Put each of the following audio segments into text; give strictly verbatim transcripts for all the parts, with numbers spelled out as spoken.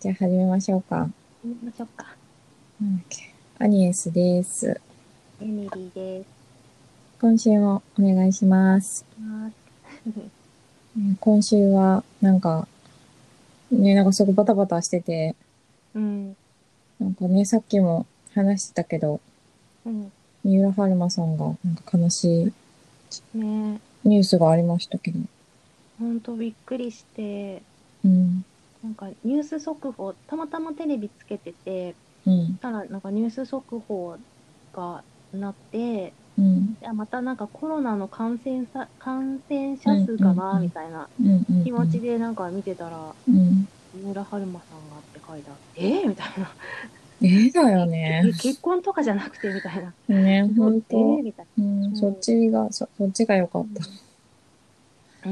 じゃあ始めましょうか。 行きましょうか。 なんだっけ。アニエスです。 エミリーです。 今週もお願いします。 ます。 うん今週は、なんか、ね、なんかすごいバタバタしてて、 うん、 なんかね、さっきも話してたけど、 うん。 三浦春馬さんが、なんか悲しいねえ、 ニュースがありましたけど。 ほんとびっくりして、 うん、 なんかニュース速報、たまたまテレビつけてて、 うん、 たらなんかニュース速報がなって、 うん、 いやまたなんかコロナの感染さ、感染うん、 者数うん、 かな、みたいなうん、うん、 気持ちでなんか見てたら、 うん。 三浦春馬さんがって書いてあって、えー、みたいな。 ええだよえ、 ね。 え、結婚とかじゃなくて、みたいな。 ね、ほど、えんと、 ー、みたいな。 うん、そっそちが、そ、そっちが良かう。 った。 うんうん。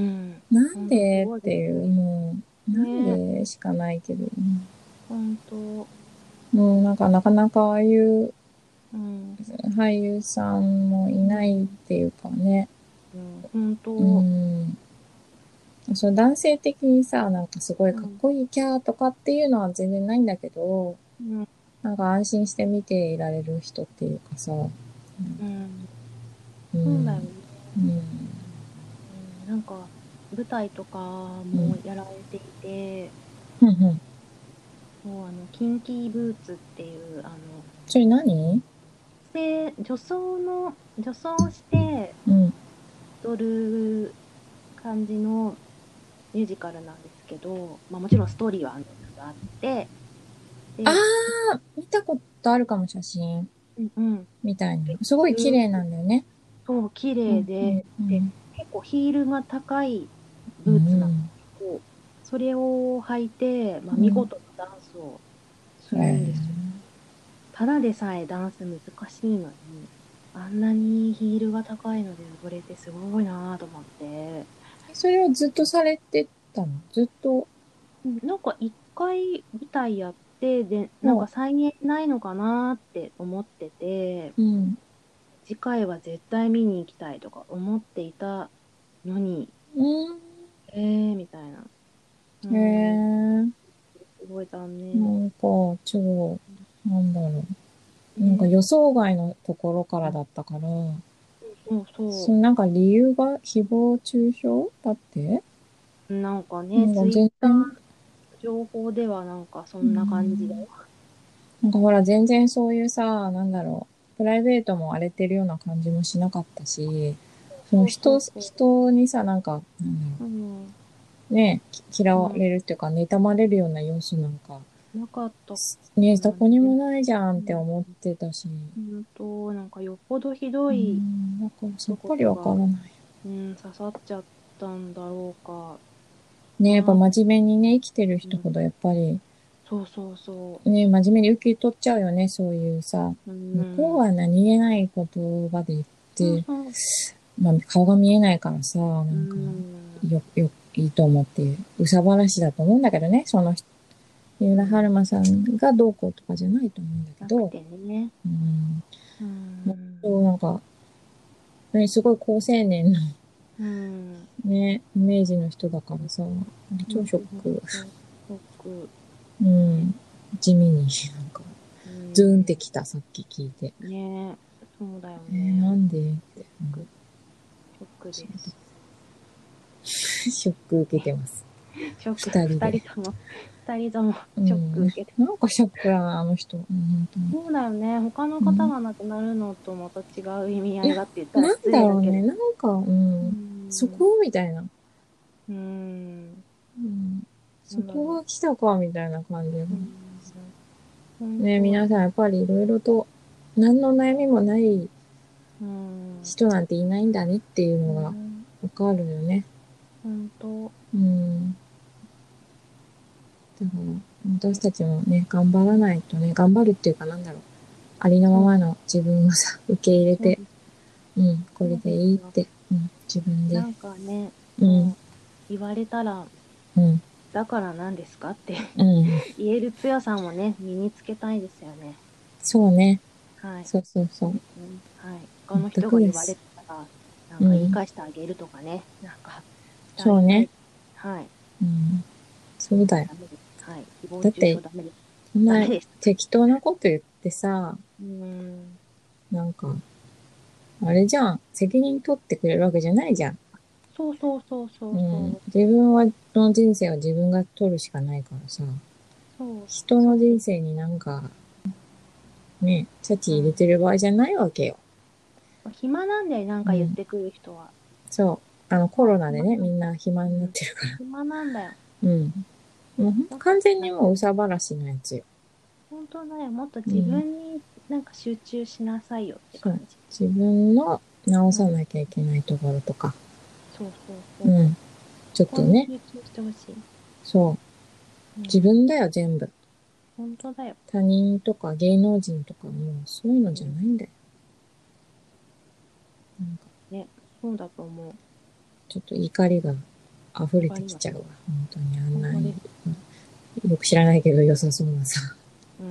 なんほんとすでっごいていう、 びっくり。 もう、なんねえ、 でしかないけど、 ほんと、 もうなんかなかなかああいううん、 俳優さんもいないっうん、 ていうかね。 うん、ほんうと、 ん。そう男性的にさ、なんかすごいかっうん、 こいいキャーとかっていうのは全然ないんだけど、 うん、 なんか安心して見ていられる人っていうかさ、 うん、 うん、 そうだよね。 うん、 うん、なんか、舞台とかうん、 もやられていて、 うん、うん。 もうあの、キンキーブーツっていう、あの、 それ何？ で、女装の、女装してうん。 踊る感じのミュージカルなんですけど、まあもちろんストーリーはあのあって、 あで、 ー、見たことあるかも、写真。 うんうん。 みたいな。 で、 すごい綺麗なすんだよね。 そう、綺うん、うん、 麗で、で、 うん。 結構ヒールが高いうブーツなんでん、 すけど、それを履いて、まあ、 うん。 見事なダンスをするんですよ。 えただでさえダンス難しいのに、あんなにヒールが高いので踊れてすごいなと思って、 ー、それをずっとされてたの？ずっと、 うんなんか一回舞台やって、で、なんもか再演ないのかなって思ってて、 う、うん。 次回は絶対見に行きたいとか思っていたのに、 うん。 えーみたいな。うへん、 え、 すごい残念。 なんか、超、なんだろう。なんかね、 予想外のところからだったから、 そうそそのなんか理由が誹謗中傷だって？ う。なんかね、 なんかツイッター全然、 情報ではなんかそうんな感じだん、 よ。 なんかほら全然そういうさ、なんだろう。プライベートも荒れてるような感じもしなかったし、そのそうそ人、 うそ人にさ、なんか、なんだろう。うん。 う。ね、き嫌わうん。 れるっていうか、妬まれるような要素なんか、 なかったね、どもんね。 こにもないじゃんってうん。 思ってたし、 うんと、なんかよっぽどひどういん、なんかさっ一ぱりわから言が、 ない。 うん、刺さっちゃったんだろうかね、やっぱなと。 真面目にね、生きてるうん。 人ほどやっぱり、 そうそうそね、真面目に受け取っちゃうよね、そういうさ、 う。う向こうん。 は何気ない言葉で言って、 そうそう。 まあ顔が見えないからさ、なうんか、 ん。 よ、よ、いいと思って、うさばらしだと思うんだけどね、その人、三浦春うん。 馬さんがどうこうとかじゃないと思うんだけど、 なくてね。 うん、 うもっん。 となんか、ね、すごい高青年のうん。 ね、イメージの人だからさ、超ほんとほんショック。 と。ショック。 うね。 ん。地味に、なんか、 うズーンってん。 きた、さっき聞いて。 ね。そうだよえー、 ね。ほんとなんでって、 ショッうん、 ク。ショックです。 ショック受けてます。 ショック。 二人で。 二人とも、二人ともショックうん。 受けて。 なんかショックだな、あの人。うん、本当に。 そうだよね。他のうん。 方が亡くなるのとまた違う意味合いや、 いがって言ったらなん失だろうね。 礼だけど。 なんか、ううん。そん。 こみたいな。 うん。 うん。そなんだろこが来たか、みたいな感じが。 う。うん。本ね、 当、 皆さんやっぱりいろいろと、何の悩みもないうん。 人なんていないんだねっていうのがわね。 かるよね。 本当。 うん。だから、私たちもね、頑張らないとね、頑張るっていうかなんだろう。ありのまそう、 まの自分をさ、受け入れて、 そうです。 うん、これそうでですよ。 いいって、うん、自分で、 なんかね、 うん、 そう、言われたら、 うん、 だから何ですかってうん、 言える強さもね、身につけたいですよね。 そうね。 はい。 そうそうそう。 うんはい。他の全人くです。 が言われたら、なんか言いうん、 返してあげるとかね、なんかしてあそうね。 げたい。はい。 うん、 そう、 そうだよ。 ダメです。 はい。誹謗中だって傷ダメです。 そんなダメです。 適当なこと言ってさ、 うーん。 なんか、あれじゃん。責任取ってくれるわけじゃないじゃん。 そうそうそうそうん。 うそう。 自分は、の人生は自分が取るしかないからさ、 そう、 人のそうです。 人生になんか、ね、チャチ入れうん。 てる場合じゃないわけよ。 暇なんでなんか言っうん。 てくる人は。 そう。あの、コそう、 ロナでね、みん暇なんだ。 な暇になっうん。 てるから。 暇なんだよ。 うん。もうもっと、 完全なんか、 にもううさばらしのやつよ。 本当だよ。もっと自うん。 分になんか集中しなさいよってそう。 感じ。 自分の直うん。 さなきゃいけないところとか。 そうそうそう。 うん。ちょっそこにとね。 集中してほしい。 そう。 うん。 自分だよ、全部。 本当だよ。 他人とか芸能人とかもうそういうのじゃうん。 ないんだよ。なんか、 ね。そうだと思う。 ちょっと怒りが溢れて他には、 きちゃうわ。本当にあんなに。 本当です。 よく知らないけど良さそうなさ。 うん。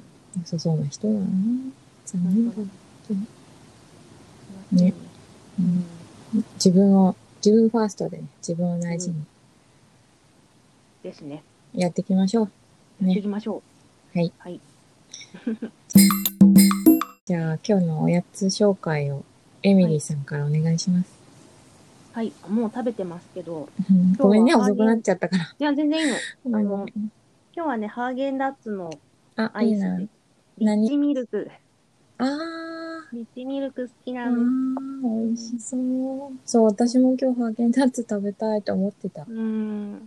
良さそうな人だな。残本当だ。 念だ。本当にすいませね。 んね。 うん、 うん。 自分を、自分ファーストでね、自分を大うん。 事にですね。 やっていきましょう。 やっていね。 きましょう。 はい。 はい。 じゃあ今日のおやつ紹介をエミはい。 リーさんからお願いします。 はい。もう食べてますけど、 うん、ご今日はめんね、遅くなっハーゲン、いちゃったから。 や、全然いいの。 ごめんごめあの、 ん。 今日はね、ハーゲンダッツのあ、いいな。 アイスで、リッ何チミルク、 あー、 リッチミルク好きあなんです。 ー、 う美味しん。 そう。そう、私も今日ハーゲンダッツ食べたいと思ってた。 うん。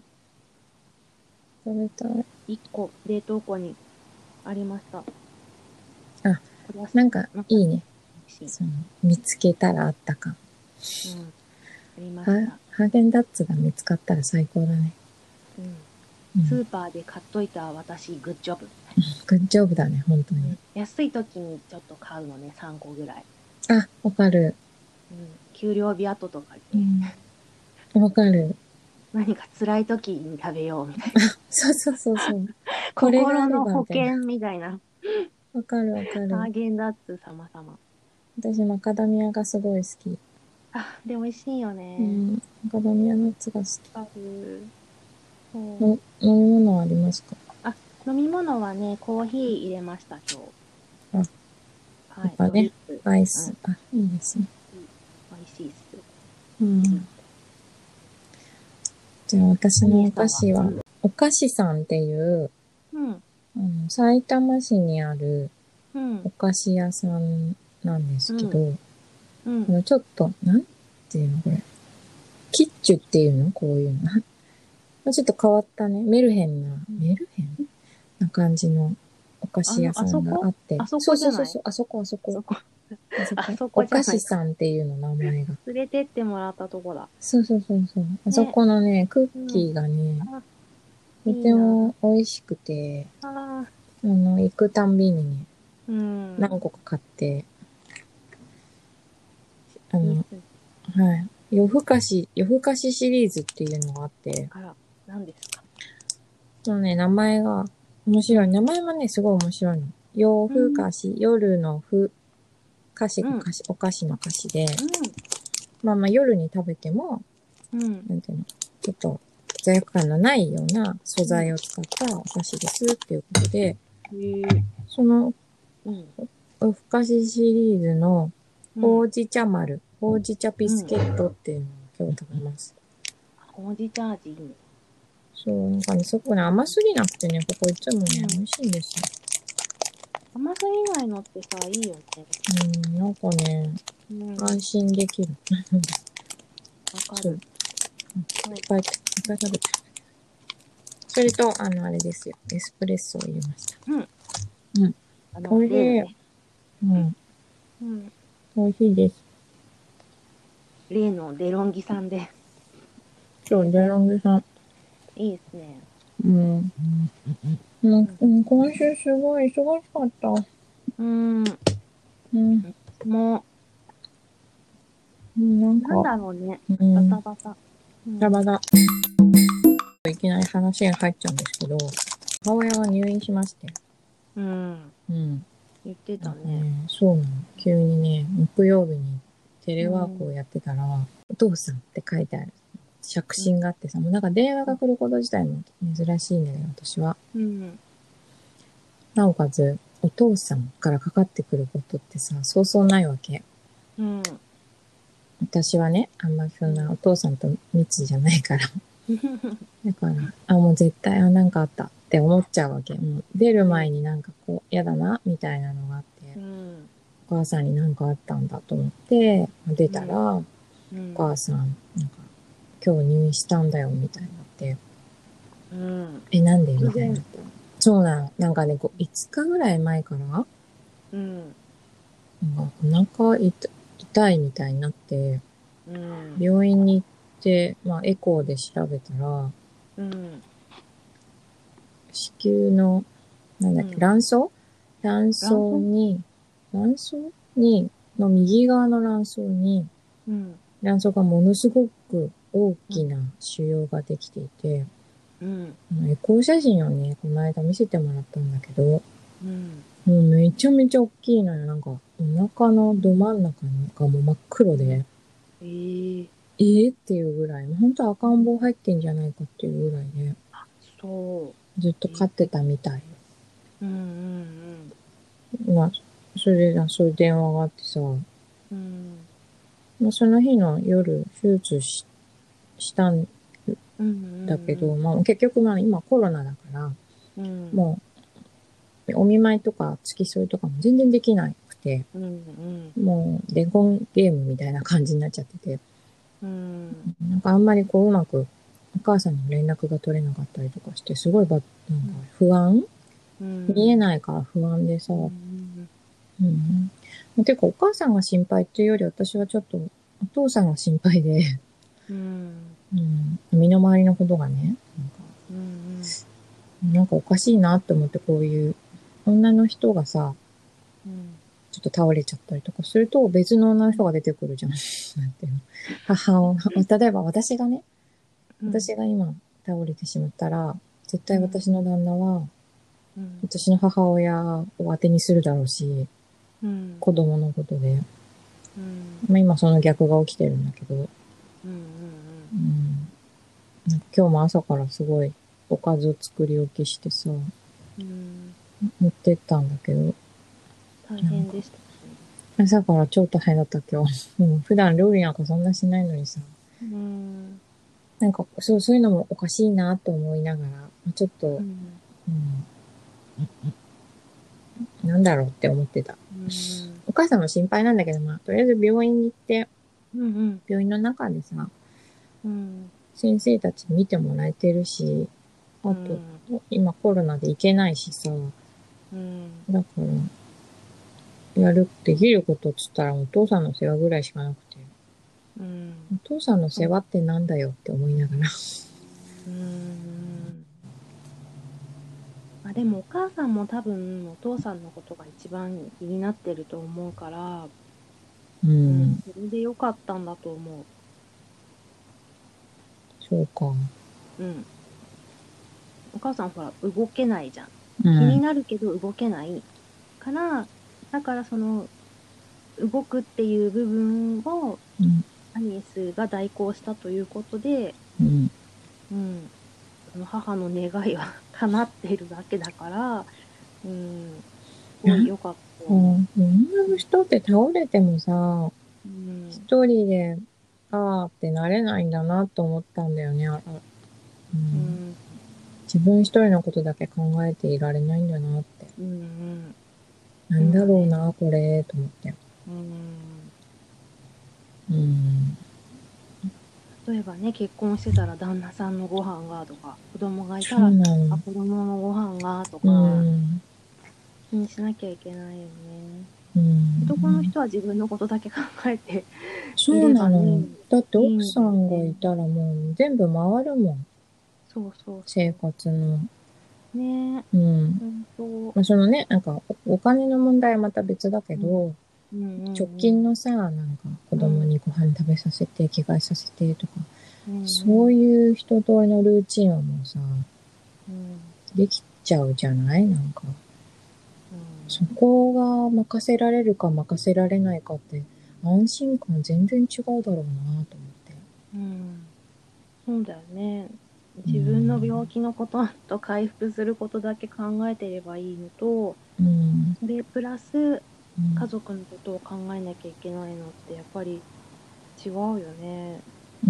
食べたい。 いっこ、冷凍庫にありました。 あ、 これは、 なんかまさにいいね。 美味しい。 その、見つけたらあったか。 うん。ありましハ、 た。 ハーゲンダッツが見つかったら最高だね。 うん。 うん。 スーパーで買っといた私、グッジョブ。 グッジョブだね、本当に。 うん。安い時にちょっと買うのね、さんこぐらい。 あ、わかる。 うん。給料日後とかに、 うん。わかる。 何か辛い時に食べようみたいな。 そうそうそうそう。これがあれ心のば、みたいな。 保険みたいな。 わかるわかる。 ハーゲンダッツ様々。 私、マカダミアがすごい好き。 あ、で、美味しいよね。 うん。マカダミアナッツが好き。 ある。そう。 の、飲み物ありますか？ あ、飲み物はね、コーヒー入れました、今日。 あ、やはい、 っぱね、 ドリップ。 アイス。 うん。 あ、いいですね。 いい美味しいっす。 うん。 ドリップ。 じゃあ、私アニのおエさんは。 菓子は、お菓子さんっていう、 うん。 あの、埼玉市にあるうん。 お菓子屋さんなんですうん。 けど、 うん。 あの、ちょっと、なんていうのこれ。キッチュっていうのこういうの。ちょっと変わったね、メルヘンな、 うん。 メルヘンな感じのお菓子あの、 屋さんがああそこって。 あそそうこじゃないそうそうそう、あそこあそこ。 あそこ。 あそこ。 あそおこじゃないか。 菓子さんっていうの、名前が。 連れてってもらったとこだ。 そうそうそうそう。あそね。 このね、クッうん。 キーがね、 あ、 とていいな。 も美味しくて、 ああ、 あの、行くたんびにね、 うん。 何個か買って、あの、 いいっすね。 はい。夜更かし、夜更かしシリーズっていうのがあって、 あら、何ですか？ そのね、名前が面白い。 うん。 名前もね、すごい面白いの。夜うん。 更かし、夜のふ、菓子うん。 が菓子、お菓子の菓子で、 うん。 まあまあ夜に食べても、 うん。 なんていうの、ちょっと罪悪感のないような素うん。 材を使ったお菓子ですっていうことで、 へえ。 そのうん。 おふかしシリーズのうん。 ほうじ茶丸、ほうじ茶ビうん。 スケットっていうのを今日食べます。 ほうじ茶味いいね。 そう、なんかね、そこね、甘すぎなくてね、ここいつもね、 うん。 美味しいんですよ。 甘すぎないのってさ、いいよね。 うん、なんかね、 うん。 安心できる。そう。 わかる。 いっそう。 ぱい、いっぱい食べた。それと、あの、あれですよ。エスプレッソを入れました。 うん。 うん。 あの、 美味しい。 例のね。 うん。 うん。 美味しいです。 例のデロンギさんで。 そう、デロンギさん。 いいですね。 うん。うん、 うん。 うん、今週すごい忙しかった。 うん。 うん。 もうん、なんう、なんか、 だろうね。バうん、 タバタ。うん。 バタバタ。いきなり話が入っちゃうんですけど、母親が入院しまして。 うん。 うん。 言ってたね。 なんかね、そうなの。急にね、木曜日にテレワークをうん。 やってたら、お父さんって書いてある。 着信があってさ、もうなんか電話が来ること自体も珍しいんだけど、私は。 うん。 なおかつ、お父さんからかかってくることってさ、そうそうないわけ。 うん。 私はね、あんまそんなおうん。 父さんと密じゃないから。だから、あ、もう絶対、あ、なんかあったって思っちゃうわけ。もう出る前になんかこう、嫌だな、みたいなのがあって、 うん。 お母さんになんかあったんだと思って、出うん。 たら、おうん。 母さん、なんか、今日入院したんだよ、みたいになって、 うん。 え、なんでみ突然。 たいになったの。そうなの。なんかね、こういつかぐらい前から、 うん。 なんかお腹痛痛いみたいになって、 うん。 病院に行って、まあ、エコーで調べたら、 うん。 子宮の、なんだっけ、 うん。 卵巣卵巣卵巣。 に、卵巣に、の右側の卵巣に、 うん。 卵巣がものすごく大うん。 きな腫瘍ができていて、 うん。 エコー写真をね、この間見せてもらったんだけど、 うん。 もうめちゃめちゃ大きいのよ。なんか、お腹のど真ん中がもう真っ黒うん。 で、 ええ。 えー、っていうぐらい、本当赤ん坊入ってんじゃないかっていうぐらいで、 そずっとう。え、 飼ってたみたい。 うんうんまあ、それで、そういう電話があってさ、 うん。うん。 まあ、その日の夜、手術し、したんうんうだけど、 んまあ、結局まあ今コロナだから、 うん。うん。 もう、お見舞いとか付き添いとかも全然できなくて、 うんうん。 もう、伝言ゲームみたいな感じになっちゃってて、 うん。 なんかあんまりこううまくお母さんにも連絡が取れなかったりとかして、すごいば、なんか不安う見えん。 ないから不安でさ、 ううん。 ん。 まあてかお母さんが心配っていうより私はちょっとお父さんが心配で、 うん。 うん、身の回りのことがね、なんか、 うん。 なんかおかしいなって思ってこういう女の人がさ、 うん。 ちょっと倒れちゃったりとかすると別の女の人が出てくるじゃん。なんていうの。母を、例えば私がね、 うん。 私が今倒れてしまったら、絶うん。 対私の旦那は、 うん。 私の母親を当てにするだろうし、 うん。 子供のことで。 うん。 まあ今その逆が起きてるんだけど、 うん。 うん、なんか今日も朝からすごいおかずを作り置きしてさ、 うん。 持ってったんだけど、 大なんか変でしたね。 朝から超大変だった今日。もう普段料理なんかそんなしないのにさ、 うん。 なんかそう、そういうのもおかしいなと思いながら、ちょっと、 うん。 うん、なんだろうって思ってた。 うん。 お母さんも心配なんだけど、まあ、とりあえず病院に行って、 うん。 病院の中でさ、 うん。 先生たちに見てもらえてるし、 うあと、 ん。 今コロナで行けないしさ、 うん。 だから、やる、できることっつったらお父さんの世話ぐらいしかなくて、 うん。 お父さんのそう。 世話ってなんだよって思いながら。 うん。まあでもお母さんも多分お父さんのことが一番気になってると思うから、 ううん、 ん、 それでよかったんだと思そうか。 う。うん。お母さんほら動けないじゃん。気にうん、 なるけど動けないから、だからその動くっていう部分をうん、 アニエスが代行したということで、 うん。 うん、その母の願いは叶っているだけだから、うん、すごいなんか、 良かったと思女の人って倒れてもさ、 う。うん、 一人で、あーってなれないんだなと思ったんだよね。あ、うん、 うん、 自分一人のことだけ考えていられないんだなって。 うん、うん。 なんだ今ね、 ろうな、これ、と思って。 うん、 うん。 例えばね、結婚してたら旦那さんのご飯がとか、子供がいたそうら、あ、 なの。 子供のご飯がとうか、 ん。 気にしなきゃいけないよね。 う男のん。 人は自分のことだけ考えていそうればね、 なの。だっていいん奥さだよね。 んがいたらもう全部回るもん。 そうそう生そ活の。 う。ねえ、 うん。 本当。 まあ、そのね、なんかお、お金の問題はまた別だけうん。 ど、 うんう直んうん。 近のさ、なんか子うん。 供にご飯食べさせて、着替えさせてとか、 うんうん。 そういう一通りのルーチンはもうさ、 うん。 できちゃうじゃないなんか。 うそん。 こが任せられるか任せられないかって、安心感全然違うだろうなと思って。 うん。 そうだよね。自分の病気のことと回復することだけ考えてればいいのと、 うん。 それプラス家族のことを考えなきゃいけないのってやっぱり違うよね。 うん。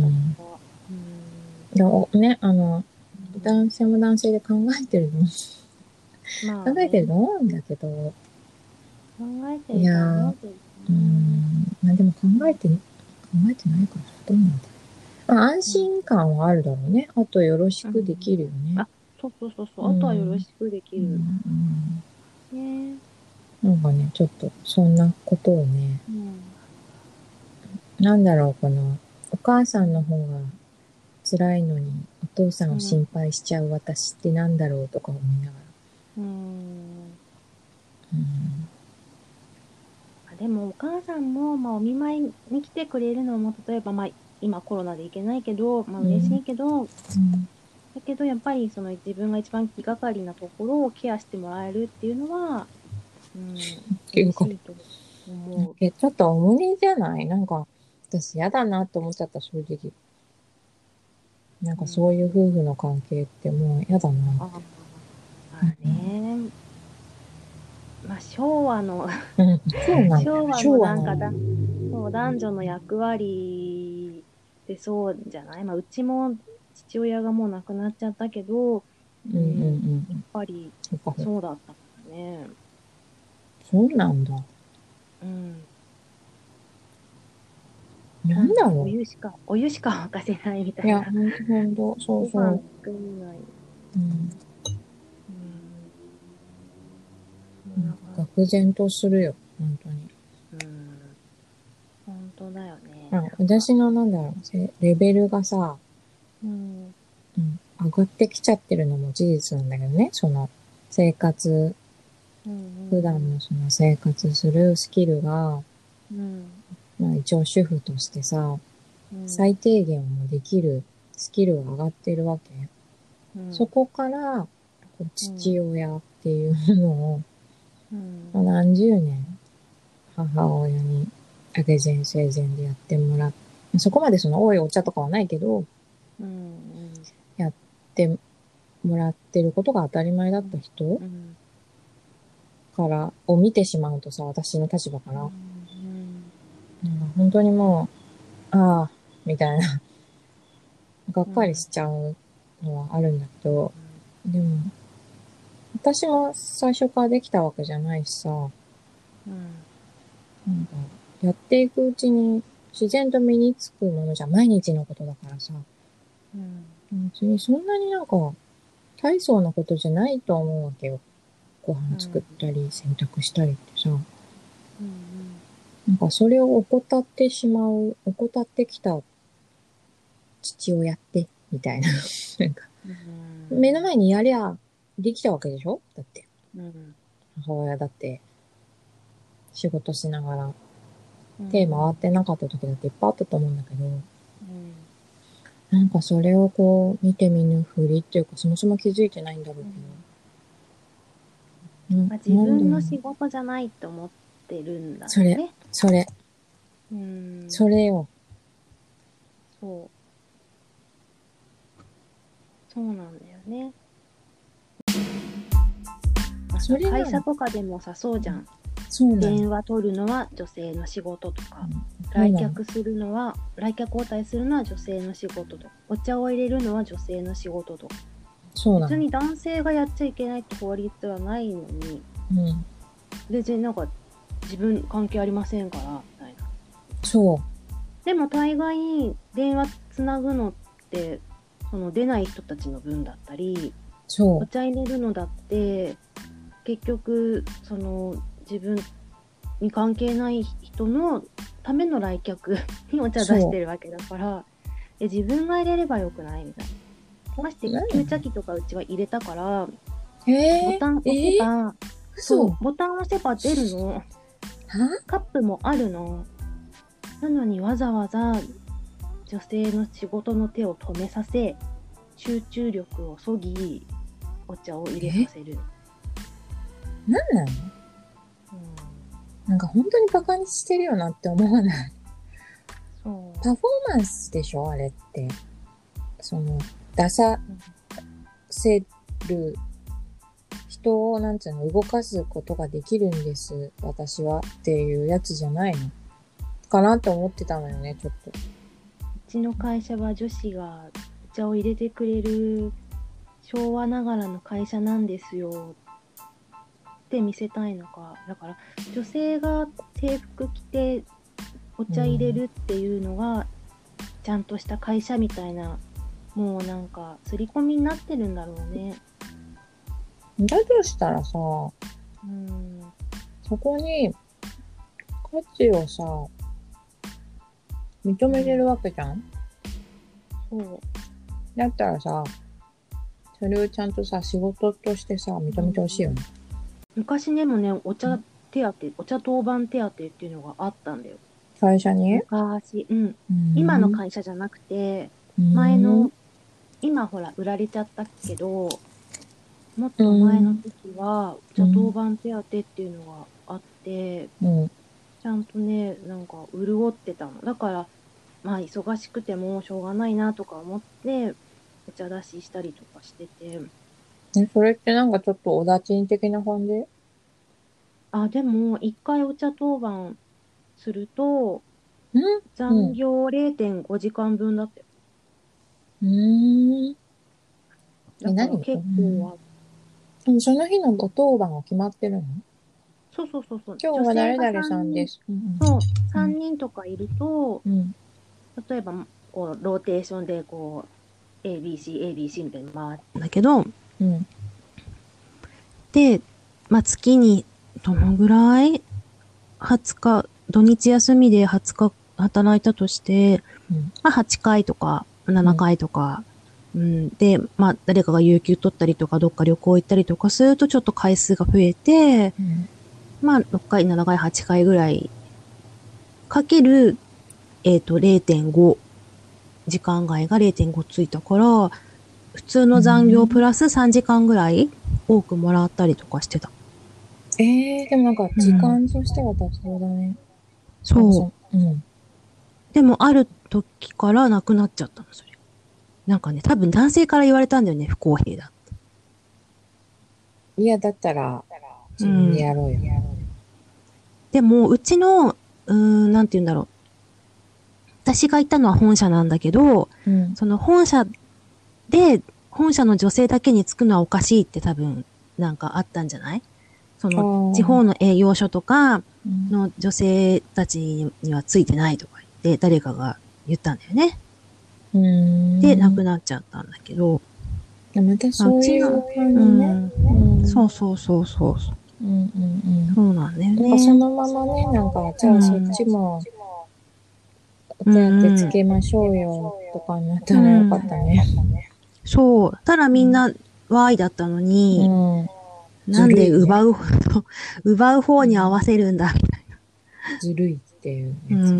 私は。うん。 いや、おね、あの、 うん男性も男性で考えてるの、 まあ考えてるね、 と思うんだけど、 考えているとやー、 思うけどうね。 ん、まあでも考えて、考えてないかな。どうなんだ。まあ安うん。 心感はあるだろうね。あとよろしうん。 くできるよね。 あ、そうそうそうそうう。あとはよろん。 しくできうる。 ん。 ね。 なんかね、ちょっとそんなことをね、 うん。 なんだろう、この、お母さんのうん。 方が辛いのに、お父さんをうん。 心配しちゃう私ってなんだろうとか思いながら。 うん。 うん。 あでもお母さんも、まあ、お見舞いに来てくれるのも、例えば、まあ、今コロナで行けないけど、まあ、嬉しうん。 いけど、 うん。 だけどやっぱりその自分が一番気がかりなところをケアしてもらえるっていうのは、うん、 っていうか、 嬉しいと思う。 え、ちょっとお胸じゃないなんか、私嫌だなって思っちゃった、正直。なんかそういううん、 夫婦の関係ってもう嫌だな。 ああ、まあね。まあ、昭和のうん。そうなんだよ。 昭和の昭和なの。 なんかだ、そう、男女の役割ってそうじゃない、まあ、うちも父親がもう亡くなっちゃったけど、 うんうんううん、やっん。 ぱりそっかそっか。 そうだったからね。 そうなんだ。 うん。なんだろう、おなんだろ湯しか、お湯しか沸かせないみたう。いや、 いな。 ほんとほんと、そうご飯そ作れない。 う。うん。 うん。そんなんな感か愕然とするよ。本当に。 じ。うん。本当だよね。 あ、 なんか。 私のなんだろう、せレベルがさ、 うん。 うん、上がってきちゃってるのも事実なんだけどね。その、生活、 うん普段のその生活するスキルが、 うんうん。 まあ一応主婦としてさ、 うん。 最低限もできるスキルが上がってるわけ。 うん。 そこから、こううん。 父親っていうのを、 うん。 まあ何十年母親にあげ前生前でやってもらっそこまでその多いお茶とかはないけど、 うん。 やってもらってることが当たり前だった人うん。 から、を見てしまうとさ、私の立場から、 うなんかん。 本当にもう、ああ、みたいな、がっかりうん。 しちゃうのはあるんだけど、でも、私も最初からできたわけじゃないしさ、なんか、 うん。 やっていくうちに自然と身につくものじゃ毎日のことだからさ、 うん。 別にそんなになんか大層なことじゃないと思うわけよ。ご飯作ったり洗濯したりってさ、 うん。 なんかそれを怠ってしまう、怠ってきた父親って、みたいな。なんか、 う目のん。 前にやりゃできたわけでしょだって。 うん。 母親だって仕事しながらう手回っん。 てなかった時だっていっぱいあったと思うんだけど、 うん。 なんかそれをこう見て見ぬふりっていうかそもそも気づいてないんだろううん。 けど、な、 まあ、自なんだろう。 分の仕事じゃないと思ってるんだそれ、 ろうね。 それ、 うん。 それよ。 そう。そうなんだよね。まあさ、 それなの。 会社とかでもさ、そうじゃん。 そうなの。 電話取るのは女性の仕事とか、 そうなの。 来客するのは、来客応対するのは女性の仕事とか、お茶を入れるのは女性の仕事とか。 そうなの。 別に男性がやっちゃいけないって法律はないのに、 うん。 別になんか自分関係ありませんから、みたいな。 そう。 でも大概電話つなぐのって、その出ない人たちの分だったり、 そう。 お茶入れるのだって結局その自分に関係ない人のための来客にお茶出してるわけだから、え自分が入れればよくないみたいな。まして何吸着器とかうちは入れたから、 えー、 ボタン押えー、 せば、 嘘。 そうボタン押せば出るの。 はカップもあるの。なのにわざわざ女性の仕事の手を止めさせ、集中力をそぎ、お茶を入れさせる。 何なの？ うん、 なんか本当にバカにしてるよなって思わない？ そう。 パフォーマンスでしょあれって。 その、出させる、人を、なんつうの、動かすことができるんです、私は。っていうやつじゃないのかなと思ってたのよね、ちょっと。 うちの会社は女子がお茶を入れてくれる昭和ながらの会社なんですよって見せたいのか。だから女性が制服着てお茶入れるっていうのがちゃんとした会社みたいな、もうなんか刷り込みになってるんだろうね。 だとしたらさ、 うん、 そこに価値をさ、認めてるわけじゃん。 そう。 だったらさ、それをちゃんとさ、仕事としてさ、認めてほしいよね。 昔ねもね、お茶手当、お茶当番手当っていうのがあったんだよ。 会社に？ 昔、うん。 うん今の会社じゃなくて、前の、今ほら売られちゃったけど、もっと前の時は、お茶当番手当っていうのがあって、 うん、 ちゃんとね、なんか潤ってたの。だから、まあ忙しくてもしょうがないなとか思って、お茶出ししたりとかしてて。 え、それってなんかちょっとおだちん的な感じ？ あ、でも、一回お茶当番すると、 ん残業 れいてんごじかんぶんだって。 うーん。 だから結構は、 うん、その日のご当番が決まってるの？ そうそうそうそう。 今日は誰々さんです。 そう、さんにんとかいると、 うん、 例えば、こう、ローテーションで、こう、エービーシー、エービーシー みたいに回るんだけど、 うん、 で、まあ、月に、どのぐらい ?はつか、土日休みではつか働いたとして、 うん、 まあ、はちかいとか、ななかいとか、うん、うん、で、まあ、誰かが有給取ったりとか、どっか旅行行ったりとかすると、ちょっと回数が増えて、うん、まあ、ろっかい、ななかい、はちかいぐらい、かける、えっと、れいてんご、時間外が れいてんご ついたから、普通の残業プラスさんじかんぐらい多くもらったりとかしてた。 ええー、でもなんか時間としては妥当だね。うん、 そう。うん。でもある時からなくなっちゃったの、それ。なんかね、多分男性から言われたんだよね、不公平だって。 いや、だったら、自分でやろうよ。うん、 でも、うちの、うーん、なんて言うんだろう。私がいたのは本社なんだけど、うん、その本社で、本社の女性だけにつくのはおかしいって多分、なんかあったんじゃない？その、地方の営業所とかの女性たちにはついてないとか言って、誰かが言ったんだよね。うん、で、亡くなっちゃったんだけど。 またそういう感じね。 うんうん、そうそうそうそう。 うんうんうん、 そうなんだよね。 なんかそのままね、なんか、じゃあそっちも、お手当つけましょうよ、とかになったらよかったね。うん、 そう。ただみんな、ワイだったのに、うん、なんで奪う、ね、奪う方に合わせるんだ、みたいな。 ずるいっていうやつね。うん、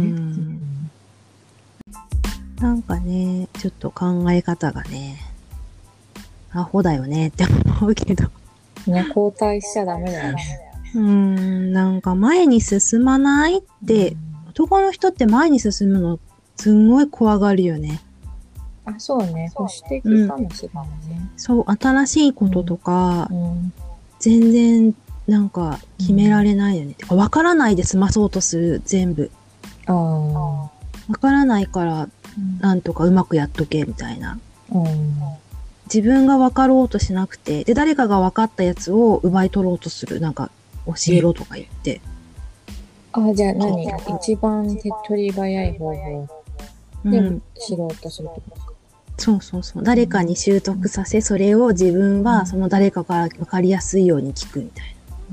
なんかね、ちょっと考え方がね、アホだよねって思うけど。 ね、交代しちゃダメだよね。 うーん、なんか前に進まないって、うん、男の人って前に進むのすんごい怖がるよね。 あ、そうね。保守的かもしれないね。 うん、そう、新しいこととか、うんうん、全然なんか決められないよね。わ、うん、からないで済まそうとする、全部。ああ。わからないから、なんとかうまくやっとけ、みたいな。うん、自分が分かろうとしなくて、で、誰かが分かったやつを奪い取ろうとする。なんか、教えろとか言って。 あ、じゃあ何一番手っ取り早い方法で知ろうとするってことか、うん。 そうそうそう。誰かに習得させ、それを自分はその誰かから分かりやすいように聞くみたいな。うん、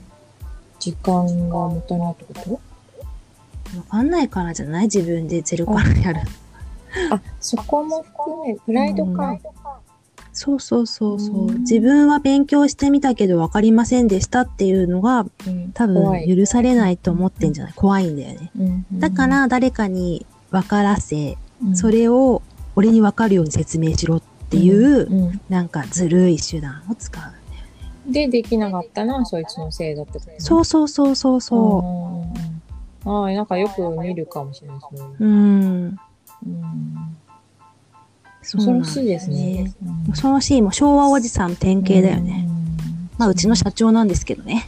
時間がもったいないってこと？ 分かんないからじゃない？自分でゼロからやる。 あ、そこも含め、プライドか。うん、 そうそうそうそう。自分は勉強してみたけど分かりませんでしたっていうのが、うん、多分許されないと思ってんじゃない？怖いんだよね。うん、だから誰かに分からせ、うん、それを俺に分かるように説明しろっていう、うんうん、なんかずるい手段を使うんだよね。 で、できなかったのはそいつのせいだってことね。 そうそうそうそうそう。 ああ、なんかよく見るかもしれないですね。 うん。 うん、 恐ろしいですね。 恐ろしい、もう昭和おじさん典型だよね。うん、まあ、うちの社長なんですけどね。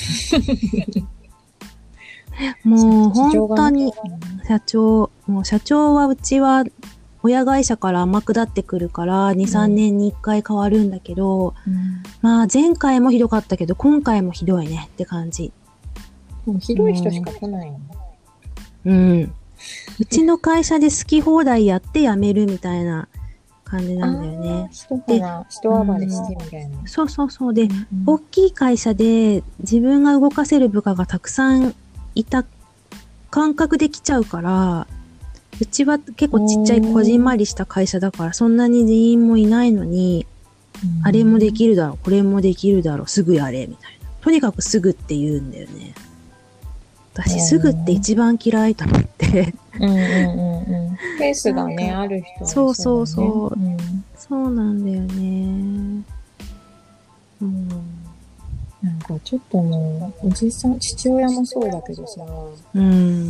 もう本当に、社長、もう社長はうちは親会社から天下ってくるからに、さんねんにいっかい変わるんだけど、うん、まあ前回もひどかったけど今回もひどいねって感じ。 もうひどい人しか来ないの。 うん。うちの会社で好き放題やって辞めるみたいな感じなんだよね。 人から人暴れしてみたいな、 うん。そうそうそう。で、うん、大きい会社で自分が動かせる部下がたくさんいた感覚できちゃうから、うちは結構ちっちゃいこじんまりした会社だからそんなに人員もいないのに、うん、あれもできるだろう、これもできるだろう、すぐやれみたいな。とにかくすぐって言うんだよね。私すぐって一番嫌いと思って。 うんうんうんうん。ペースがね、ある人はそうそうそう、うん。そうなんだよね。 うん。なんかちょっともう、おじさん、父親もそうだけどさ、 うん。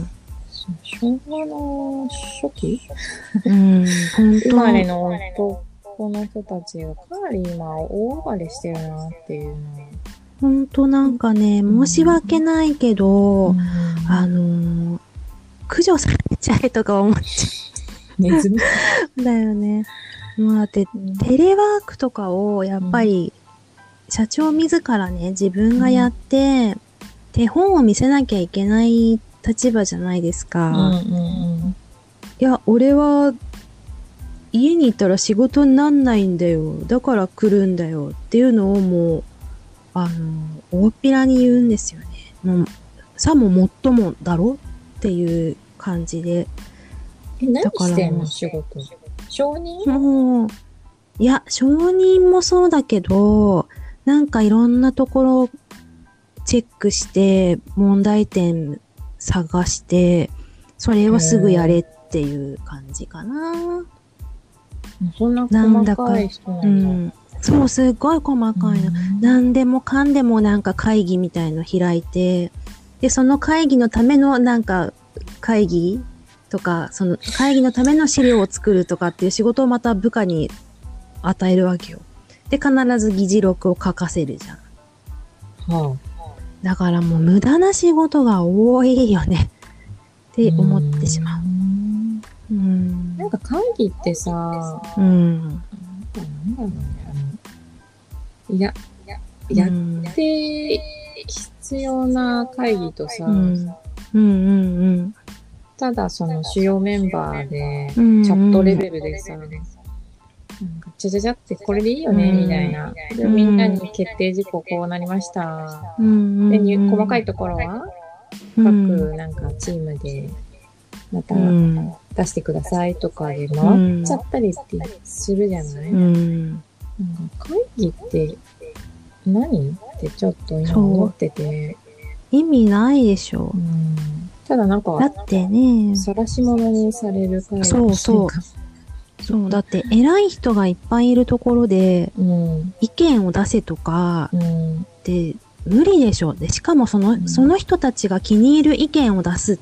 昭和の初期うん、本当。 生まれの男の人たちがかなり今大暴れしてるなっていうの。 本当なんかね、申し訳ないけど、うん、あのー、駆除されちゃえとか思っちゃう。 ネズミだよね。もうだって、テレワークとかをやっぱり、社長自らね、自分がやって、手本を見せなきゃいけない立場じゃないですか。 うんうんうん、 いや、俺は、家にいたら仕事になんないんだよ。だから来るんだよ。っていうのをもう、あの、大っぴらに言うんですよね。もう、さももっともだろっていう感じで。 え、何してんの仕事？承認？ もう、いや、承認もそうだけど、なんかいろんなところチェックして、問題点探して、それをすぐやれっていう感じかな。 そんな細かい人なんだ。 うん、そう、すっごい細かいの。何でもかんでもなんか会議みたいの開いて、で、その会議のためのなんか会議とか、その会議のための資料を作るとかっていう仕事をまた部下に与えるわけよ。で、必ず議事録を書かせるじゃん。 はあ、 だからもう無駄な仕事が多いよねって思ってしまう。 うん。なんか会議ってさ、 うん。 なんだろうね。いや、やって必要な会議とさ、 うんうんうんうん、 ただその主要メンバーで、チャットレベルでさ、なんかちゃちゃちゃってこれでいいよね、うん、みたいな。でみんなに決定事項こうなりました。 うん、 で細かいところは、各なんかチームでまた出してくださいとかで回っちゃったりってするじゃない、うん、なんか会議って何ってちょっと今思ってて。 意味ないでしょ。 うん、ただなんか、 だってね、 晒し者にされる会議。 そうそう。そう、だって偉い人がいっぱいいるところで、うん、意見を出せとか、うん、って無理でしょ。で、しかもその、うん、その人たちが気に入る意見を出すって、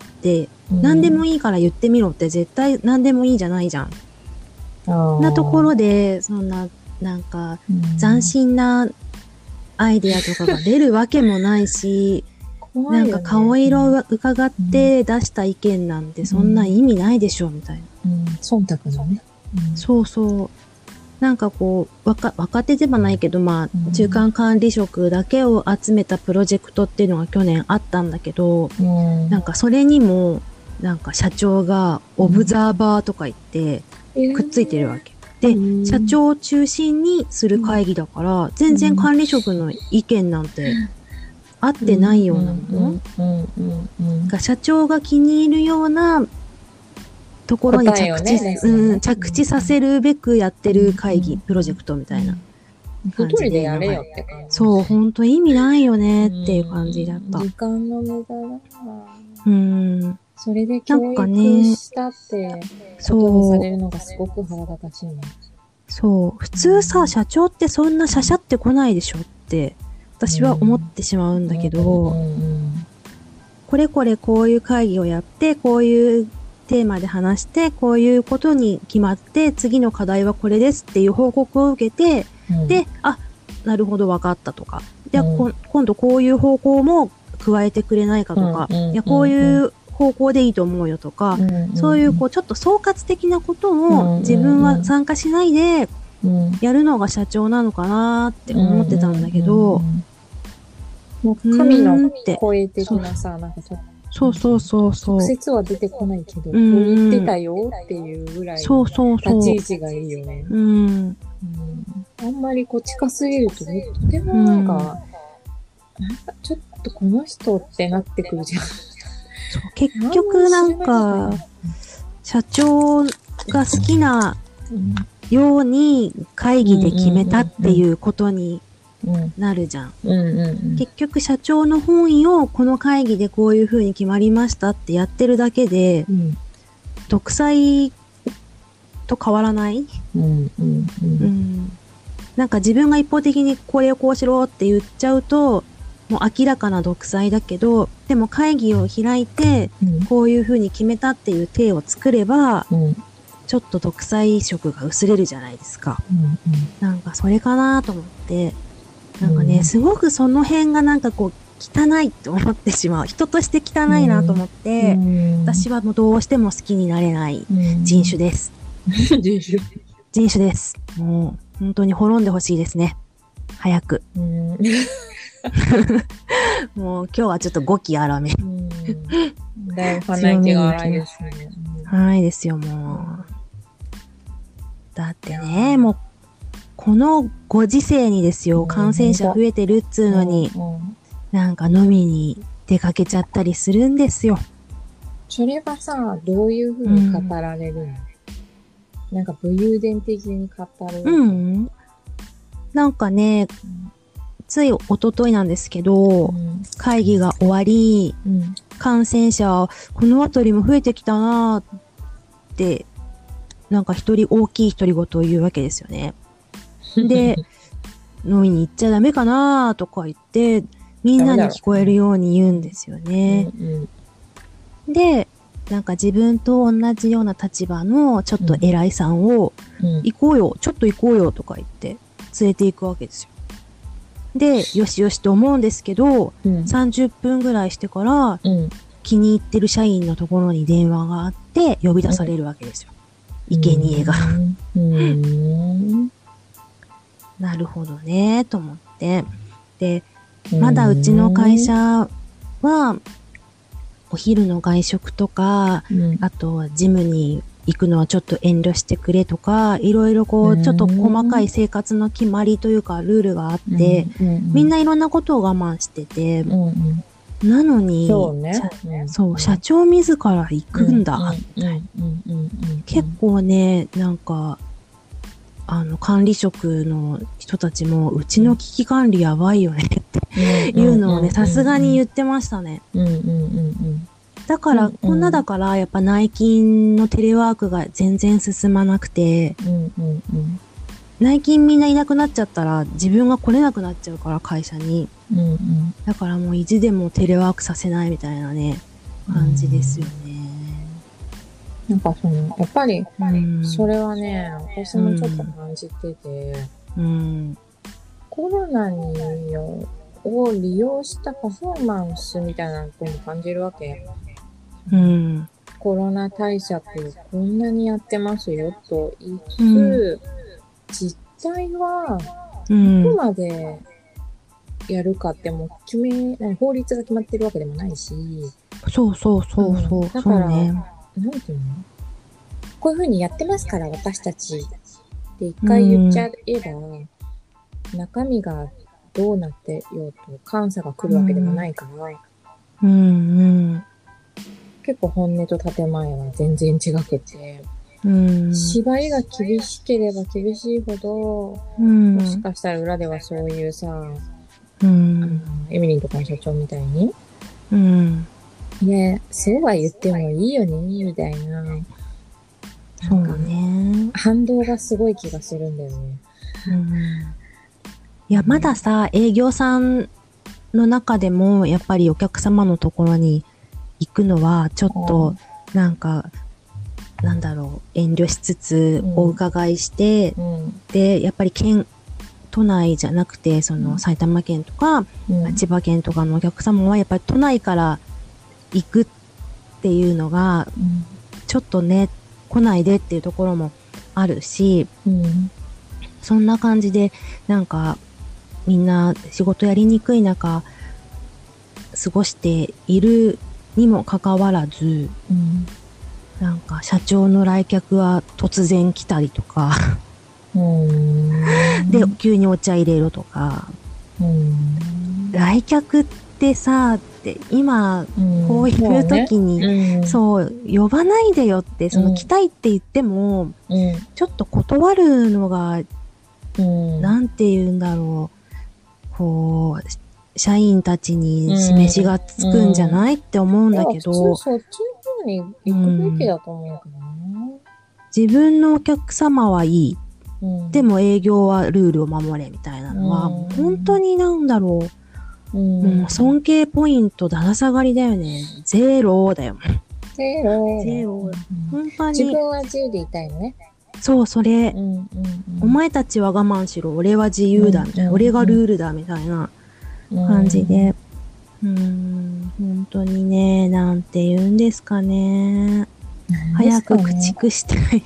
うん、何でもいいから言ってみろって絶対何でもいいじゃないじゃん。うん、なところで、そんな、なんか、斬新なアイデアとかが出るわけもないし、 怖いよね、 なんか顔色を伺って出した意見なんてそんな意味ないでしょ、みたいな。 うん、忖度のね。 うん、そうそう。なんかこう、若、若手ではないけど、まあ、中間管理職だけを集めたプロジェクトっていうのが去年あったんだけど、うん、なんかそれにも、なんか社長がオブザーバーとか言ってくっついてるわけ。で、うん、社長を中心にする会議だから、うん、全然管理職の意見なんて合ってないようなの。社長が気に入るようなところに着地、ねうん、着地させるべくやってる会議、うん、プロジェクトみたいな感じで。 一人でやれよって感じ。 そう、ほんと意味ないよねっていう感じだった。 時間の無駄だな。 うん。 それで教育したって、そうされるのがすごく腹立たしいね。 そう。普通さ、社長ってそんなシャシャってこないでしょって、私は思ってしまうんだけど、これこれこういう会議をやって、こういうテーマで話して、こういうことに決まって、次の課題はこれですっていう報告を受けて、うん、で、あ、なるほど分かったとか、じゃあ、うん、今度こういう方向も加えてくれないかとか、うん、いやこういう方向でいいと思うよとか、うん、そういうこうちょっと総括的なことを自分は参加しないでやるのが社長なのかなって思ってたんだけど、 もう神の声的なさ、なんかそうそうそうそう。 直接は出てこないけど、こう言ってたよっていうぐらいの立ち位置がいいよね。 うん。うん、 あんまりこう近すぎると、とてもなんか、うん、なんかちょっとこの人ってなってくるじゃん。 そう結局なんか、社長が好きなように会議で決めたっていうことになるじゃん。結局社長の本意をこの会議でこういう風に決まりましたってやってるだけで、うん、独裁と変わらない、うんうんうんうん、なんか自分が一方的にこれをこうしろって言っちゃうともう明らかな独裁だけど、でも会議を開いて、うん、こういう風に決めたっていう体を作れば、うん、ちょっと独裁色が薄れるじゃないですか。うんうん、なんかそれかなと思って、なんかね、うん、すごくその辺がなんかこう汚いと思ってしまう。人として汚いなと思って、うん、私はもうどうしても好きになれない人種です。 うん、人種人種です。もう本当に滅んでほしいですね。早く。うんもう今日はちょっと語気荒め。 だいぶ鼻息が荒いですね。 荒いですよ、もう。だってね、もう、このご時世にですよ、感染者増えてるっつうのに、なんか飲みに出かけちゃったりするんですよ。 それはさ、どういうふうに語られるの、うん、なんか武勇伝的に語る、 うん、なんかね、うんつい一昨日なんですけど、うん、会議が終わり、うん、感染者このあたりも増えてきたなーって、なんか一人大きい独り言を言うわけですよね。で、飲みに行っちゃダメかなーとか言って、みんなに聞こえるように言うんですよね。うんうん、で、なんか自分と同じような立場のちょっと偉いさんを、うん、行こうよ、ちょっと行こうよとか言って連れて行くわけですよ。で、よしよしと思うんですけど、うん、さんじゅっぷんぐらいしてから、うん、気に入ってる社員のところに電話があって呼び出されるわけですよ。うん、生贄が。うん、なるほどね、と思って。で、まだうちの会社は、お昼の外食とか、うん、あと、ジムに行くのはちょっと遠慮してくれとか、いろいろこう、ちょっと細かい生活の決まりというか、ルールがあって、うんうんうん、みんないろんなことを我慢してて、うんうん、なのに、 そうね、 うん、そう、社長自ら行くんだ、みたいな。結構ね、なんか、あの、管理職の人たちも、うちの危機管理やばいよねっていうのをね、さすがに言ってましたね。うんうんうんうんだから、うんうん、こんなだから、やっぱ内勤のテレワークが全然進まなくて、うんうんうん、内勤みんないなくなっちゃったら、自分が来れなくなっちゃうから、会社に。うんうん、だからもう意地でもテレワークさせないみたいなね、感じですよね。 うん、なんかその、やっぱり、それはね、私もちょっと感じてて、うんうん、コロナによを利用したパフォーマンスみたいなのも感じるわけ。うん、コロナ対策こんなにやってますよと言いつつ、うん、実態はどこまでやるかってもう決め、法律が決まってるわけでもないし、 そうそうそうそう、うん、 だから、 ね、 なんていうの、こういう風にやってますから私たちって一回言っちゃえば、うん、中身がどうなってようと監査が来るわけでもないから、うんうん結構本音と建前は全然違くて、うん、縛りが厳しければ厳しいほど、うん、もしかしたら裏ではそういうさ、うん、エミリンとかの社長みたいに、うん、ね、そうは言ってもいいよね、みたいな、なんかそうね、 反動がすごい気がするんだよね。うん、 いや、まださ、営業さんの中でも、やっぱりお客様のところに行くのはちょっとなんかなんだろう、遠慮しつつお伺いして、 うん、 で、やっぱり県、都内じゃなくて、その埼玉県とか、 うん、 千葉県とかのお客様はやっぱり都内から行くっていうのが、 うん、 ちょっとね、来ないでっていうところもあるし、 うん、 そんな感じで、なんか、みんな仕事やりにくい中、過ごしているにもかかわらず、 うん、 なんか社長の来客は突然来たりとか、 うん、 で、急にお茶入れろとか、 うん、 来客ってさ、って今、こういう時に、 そうね、うん、 そう、呼ばないでよって、その来たいって言っても、 うん、 ちょっと断るのが、 うん、 なんて言うんだろう、こう、社員たちに示しがつくんじゃない、って思うんだけど、 いや普通そっちの方に行くべきだと思うけどね。 自分のお客様はいい。 うん、 でも営業はルールを守れみたいなのは、 うん、 もう本当になんだろう。 うん、 もう尊敬ポイントだだ下がりだよね。ゼロだよ。 ゼロ。 ゼロ。本当に。 自分は自由でいたいのね。 そう、それ、 うんうんうん。 お前たちは我慢しろ。俺は自由だ。みたいな。俺がルールだ。みたいな感じで。うーん、本当にね、なんて言うんですかね。早く駆逐したい。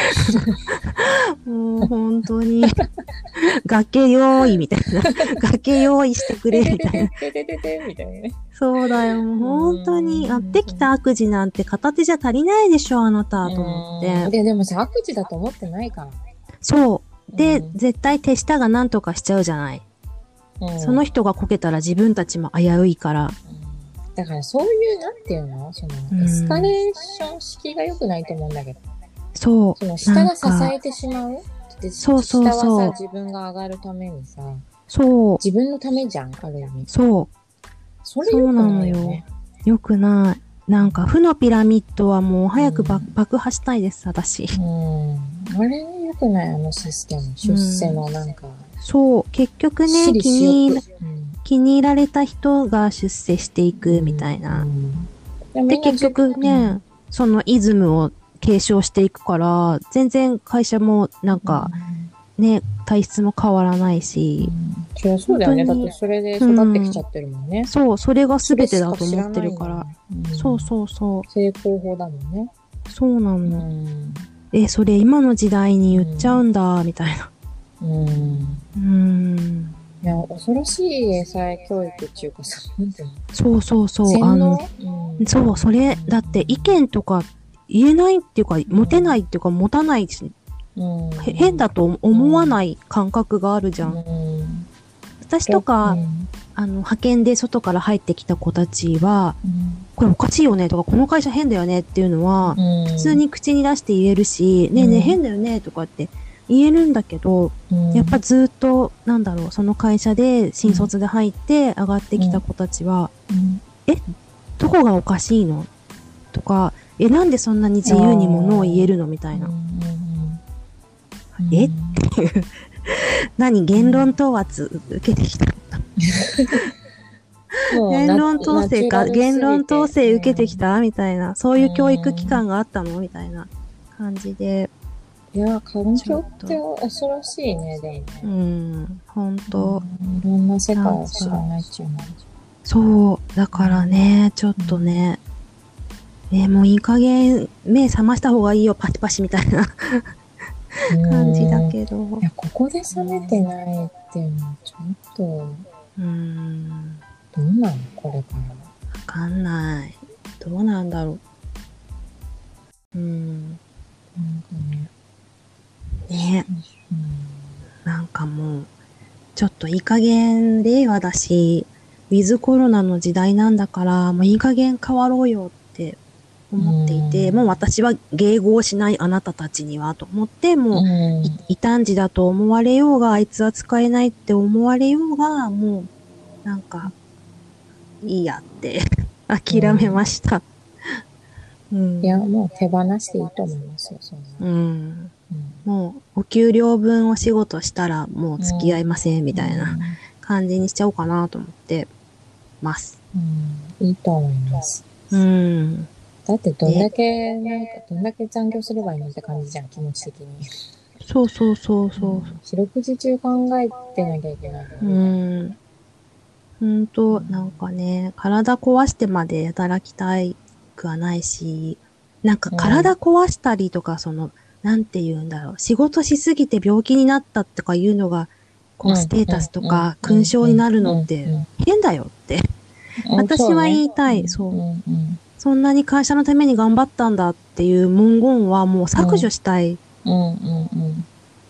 もう本当に。崖用意みたいな。崖用意してくれみたいな。そうだよ。もう本当に。やってきた悪事なんて片手じゃ足りないでしょ、あなた。と思って。 で、でもさ、悪事だと思ってないから。 そう。で、絶対手下が何とかしちゃうじゃない。その人がこけたら自分たちも危ういから。 だからそういう、なんていうのその、エスカレーション式が良くないと思うんだけど。 そう。 その、下が支えてしまうそうそうそう。 下はさ、自分が上がるためにさ。 そう。 自分のためじゃん、ある意味。 そう。 それ良くないよね。 良くない。なんか、負のピラミッドはもう早く爆破したいです、私。 うん。あれ良くない、あのシステム。出世のなんか。 そう。結局ね、気に、気に入られた人が出世していくみたいな。で、結局ね、そのイズムを継承していくから、全然会社もなんか、ね、体質も変わらないし。 そりゃそうだよね。だってそれで育ってきちゃってるもんね。 そう、それが全てだと思ってるから。そうそうそう。 成功法だもんね。 そうなの。え、それ今の時代に言っちゃうんだ、みたいな。 うん。 うん。 いや、恐ろしい英才教育っていうかさ、 そうそうそう。あの、そう、それ、だって意見とか言えないっていうか、持てないっていうか、持たないし、うん、変だと思わない感覚があるじゃん。うん、私とか、うん、あの、派遣で外から入ってきた子たちは、うん、これおかしいよねとか、この会社変だよねっていうのは、うん、普通に口に出して言えるし、ねえねえ変だよねとかって言えるんだけど、うん、やっぱずっと、なんだろう、その会社で新卒で入って上がってきた子たちは、うん、え、どこがおかしいのとか、え、なんでそんなに自由にものを言えるのみたいな。えっていう。何言論統圧受けてきた言論統制か言論統制受けてきたみたいな。そういう教育機関があったのみたいな感じで。 いや、環境って恐ろしいね、でもね。 うん、ほんと。 いろんな世界を知らないっていうのは。 そう。だからね、ちょっとね、ね、もういい加減目覚ました方がいいよ、パシパシみたいな。感じだけど。 いや、ここで冷めてないっていうのはちょっと、うーん。どうなのこれから。わかんない。どうなんだろう。うん。なんかね。ね。うん、なんかもう、ちょっといい加減令和だし、ウィズコロナの時代なんだから、もういい加減変わろうよって思っていて、うん、もう私は迎合しないあなたたちにはと思って、もう、うん、異端児だと思われようが、あいつは使えないって思われようが、もう、なんか、いいやって諦めました、 うん。いや、もう手放していいと思いますよ、そんな。うん。 うん、もう、お給料分お仕事したら、もう付き合いません、みたいな感じにしちゃおうかなと思ってます。 うん、いいと思います。 うん。 だってどんだね。 け、なんか、どんだけ残業すればいいのって感じじゃん、気持ち的に。 そうそうそううそん、四六時中考えてなきゃいけないのう。うみたいん。ほんと、なんかね、体壊してまで働きたいくはないし、なんかな。うん。 体壊したりとか、その、なんて言うんだろう。仕事しすぎて病気になったとかいうのが、こう、スうん、うん、 テータスとうん、 か、 うん、 勲章になるのうん、 ってうん。 変だよって。 うん、そ私はうね。 言いたい。 うん、うそう。 ん、うん。 そんなに会社のために頑張ったんだっていう文言はもう削除うん、 したいうん、うん、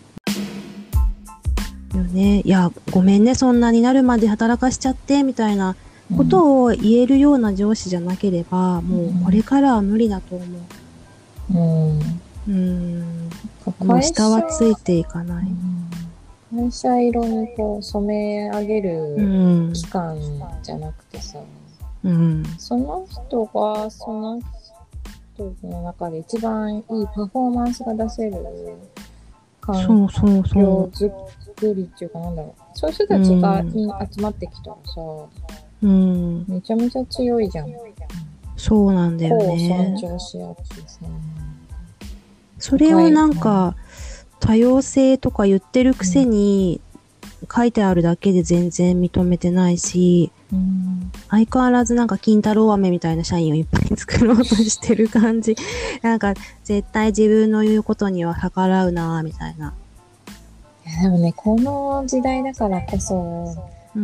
よね。いや、ごめんね、そんなになるまで働かしちゃって、みたいなうん、 ことを言えるような上司じゃなければ、もうこれうん、 からは無理だと思う。 うん。 うーん。もう会社、 下はついていかない。 うん、会社色にこう染め上げうる期ん。 間じゃなくてさ、 うん。 その人がその人の中で一番いいパフォーマンスが出せる環そうそうそ境づくりっていうかなんだろう。そういう人う。うたちがん。 みんな集まってきたらさ、 うん。 めちゃめちゃ強いじゃん。 そうなんだよ個を尊ね。 重し合ってさ、 それを高い、 なんか、多様性とか言ってるくせに、書いてあるだけで全然認めてないし、 うん、 相変わらずなんか金太郎飴みたいな社員をいっぱい作ろうとしてる感じ。なんか絶対自分の言うことには逆らうなぁ、みたいな。 いやでもね、この時代だからこそ、 うん。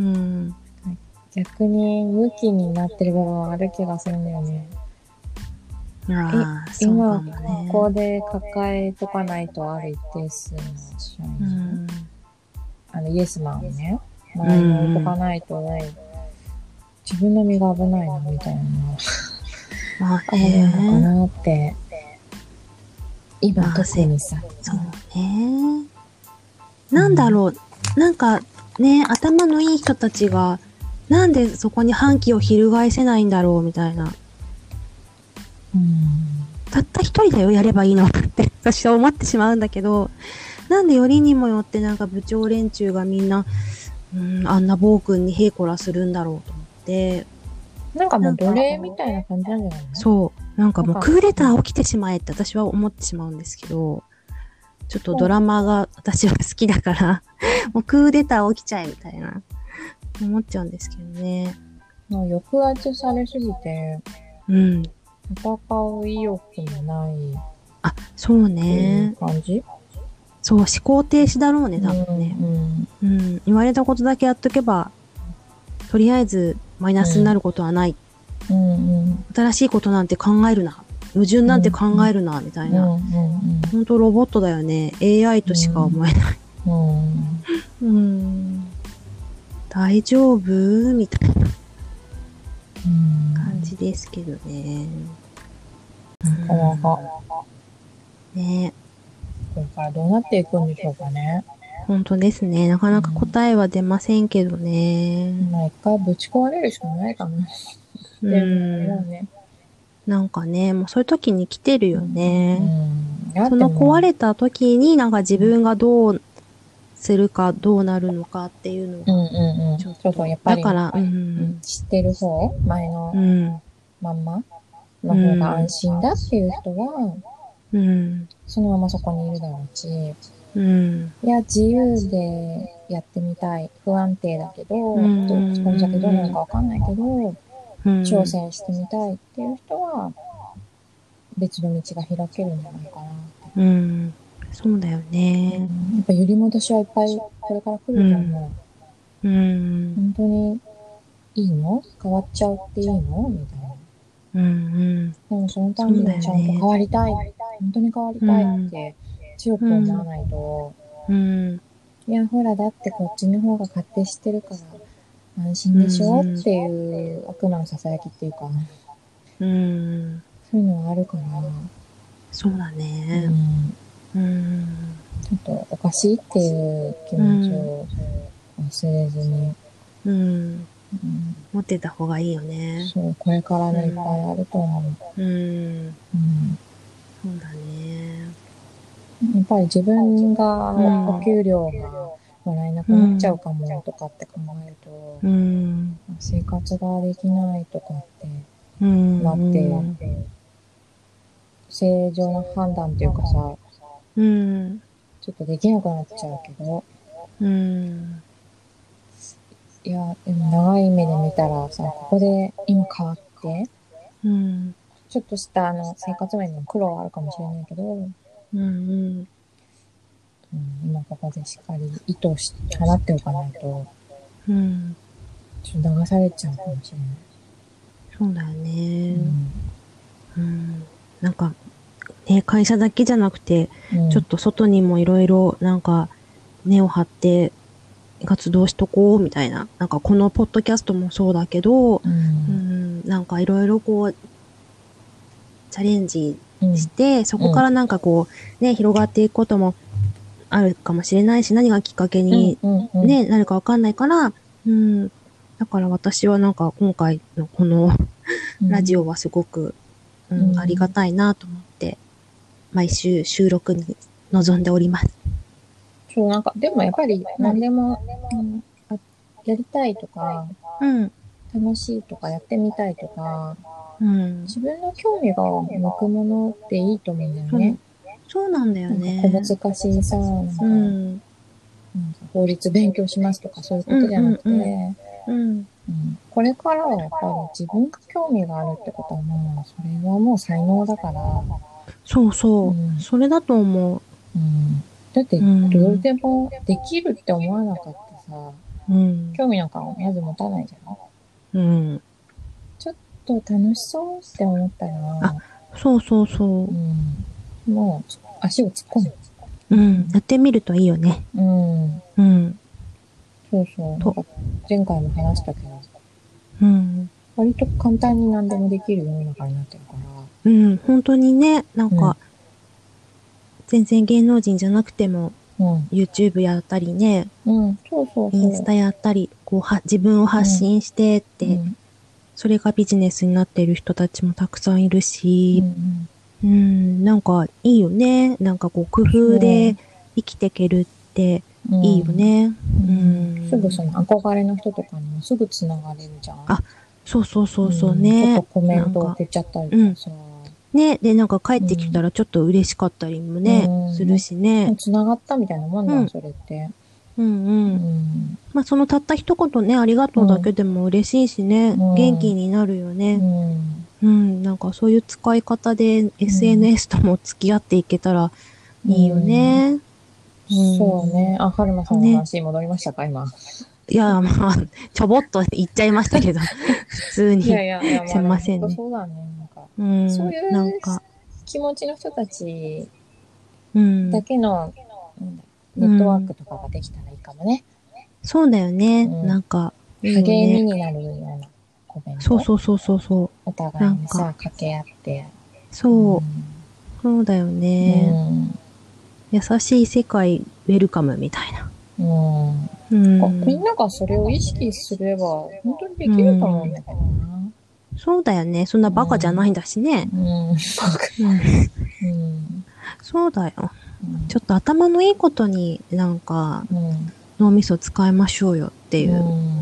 逆に向きになってる部分はある気がするんだよね。え、 ああ、そう今、 かもここね。 で抱えとかないとある一定数の社う員、 ん。 あの、イエスマンをね、 う周りに置いとかん。 ないと、自分の身が危ないな、みたいなのはまああるのかね。 なって、今まあ、せ、 特にさ、 そうね。 うん、 なんだろう。なんかね、頭のいい人たちが、なんでそこに反旗を翻せないんだろう、みたいな。 うん、 たった一人だよ、やればいいのって私は思ってしまうんだけど、なんでよりにもよってなんか部長連中がみんな、うん、あんな暴君にへいこらするんだろうと思って、 なんかもう奴なんか、 隷みたいな感じなんじゃないの？ そう、なんかなんか、 もうクーデタうん、 ー起きてしまえって私は思ってしまうんですけど、ちょっとドもラマが私は好きだからもうクーデター起きちゃえみたいな、思っちゃうんですけどね。 う、もう抑圧されすぎて、 うん。 戦う意欲もないっあ、そうていうね。 感じ。 そう、思考停止だろうね、 うん、 多分ね。 うん、 うん。言われたことだけやっとけば、とりあえずマイナスになることはない。 うん、うん、 新しいことなんて考えるな。矛盾なんてうん、 考えるな、みたいうん、 な。 うん、 ほんとロボットだよね。エーアイ としか思えない。 うん、 うーん。大丈夫みたいなうん、 感じですけどね。 なかなか、 ね。 これからどうなっていくんでしょうかね。 本当ですね。なかなか答えは出ませんけどね。 まあ一回ぶち壊れるしかないかなっうて思ん。 うね。 なんかね、もうそういう時に来てるようね。 ん。だっその壊てもれた時になんか自う、うん、 分がどうするかどうなるのかっていうのうん、 が、 うん。 ちょっそうそう、 と、 やっぱり、 だから、ううん、 ん、 知ってる方、前のうん、 まんまうの方が安ん、 心だっていう人は、 うん、 そのままそこにいるだろうし、 うん、 いや、自由でやってみたい。不安定だけうど、どこの先どうなるん、 かわかんないけど、 うん、 挑戦してみたいっていう人は、別の道が開けるんじゃないかなって。 うん、そうだよね。 うん、やっぱ揺り戻しはいっぱいこれから来うん、 ると思う。 うん、 本当にいいの？変わっちゃうっていいの？みたいな。 うん、うん、 でもそのたそうだめにちゃんと変よね。 わりたい。本当に変わりたいっうん、 て強うん、 く思わないと、 うん、 いや、ほら、だってこっちの方が勝手知ってるから安心うでしょっん、 ていう悪魔の囁きっていうか、 うん、 そういうのはあるから、 そうだうね。 ん、 うん、 ちょっとおかしいっていう気うん、 持ちを忘れずに、 うん、 うん、 持ってた方がいいよね。 そう、これからね、いっぱいあると思うん、 う。うん、 そうだね。 やっぱり自分がうん、 お給料がもらえなくなっちゃううん、 かもとかって考えると、 うん、 生活ができないとかってうん、 なって、 うん、 正常な判断っていうかさ、 うん。 ちょっとできなくなっちゃうけど、 うん。 いや、でも長い目で見たらさ、ここで今変わって、 うん。 ちょっとしたあの生活面の苦労はあるかもしれないけど、うん、 うん。 今ここでしっかり意図して払っておかないと、 うん。 ちょっと流されちゃうかもしれない。 そうだよね。 うん。 うん。なんか、ね、会社だけじゃなくて、 うん、 ちょっと外にもいろいろ、なんか、根を張って活動しとこうみたいな。なんかこのポッドキャストもそうだけど、 うん、 うん、なんかいろいろこう、チャレンジうん、 して、そこからなんかこう、ね、広がっていくこともあるかもしれないし、何がきっかけにうん、うん、 ね、なるかわかんないから、うん。だから私はなんか今回のこのラジオはすごく、うん、 うん、 ありがたいなと思って、毎週収録に臨んでおります。 そう、なんか、でもやっぱり何でも、うん、あやりたいとか、 うん。 楽しいとか、やってみたいとか、 うん。 自分の興味が向くものっていいと思うんだよね。 そう。そうなんだよなんかね。 小難しいさ、なんか、 うん。 なんか法律勉強しますとかそういうこうんとじゃなくて、 うんうん。うん。 うん、これからはやっぱり自分が興味があるってことはもう、それはもう才能だから、 そうそう。 うん、 それだと思うん、だって、 う。うどれん。 でもできるって思わなかったさ、 うん。 興味なんかまず持たないじゃん。 うん。 ちょっと楽しそうって思ったら、 あ、そうそうそう。 うん、もう足を突っ込む。 うん。やってみるといいよね。 うん、 うん。 そうそう。なんと。 か前回も話したけど、 うん。 割と簡単に何でもできる世の中になってるから。 うん。本当にね、なんうん、 か、全然芸能人じゃなくても、 うん、 YouTube やったりね、 うん、そうそうインスタそやったり、こうは、自分をう。う発ん、 信してっうて、 ん、 それがビジネスになっている人たちもたくさんいるうん、 し、 うん。 うん、なんかいいよね。なんかこう工夫でそ生きていけるってう。ういいよん、 ね。 ううん。すぐそん。 の憧れの人とかにもすぐつながれるじゃん。 あ、そうそうそうそううん、ちょっとね。 コメントなんか、 送っちゃったりうん。 とかさ。 ね。で、なんか帰ってきたうん、 らちょっと嬉しかったりもうね、すん。 るもしね。 うつながったみたいなもんじゃん、 うん。 それって。 うんううん。 ん、 まあ、そのたった一言ね、ありがとうだうん、 けでも嬉しいしね、 うん、 元気になるようね。 ん、 うん、なんかそういう使い方でうん、 エスエヌエス とも付き合っていけたらういいよん。 ね。うそうん。 ね。あ、はるまさんのね。 話に戻りましたか、今。 いや、まあ、ちょぼっと言っちゃいましたけど、普通いやにいやいや、 すいまあでもませんね。 本当そうだね。なんか、 うん、 そういうなんか、 気持ちの人たちうん、 だけの、なんだ、ネットワーうん。 クとかができたらいいかもね。 そうだよね。 うん。 なんか、いいよね。 励みになるようなコメント。 そうそうそうそうそおう。な互いんか、 にさ、掛け合って。 そう、そうだようね。 ん。 優しい世界、ウェルカムみたいな。 うん。うん。 うみんん。 ながそれを意識すれば、本当にでうきると思うんん。 だけどな。 そうだよね。そんなバカじゃないんだしね。 うん。うん。 うん。 うん。 そうだよ。ちょっと頭のいいことになんかうん。 脳みそ使いましょうよっていううん。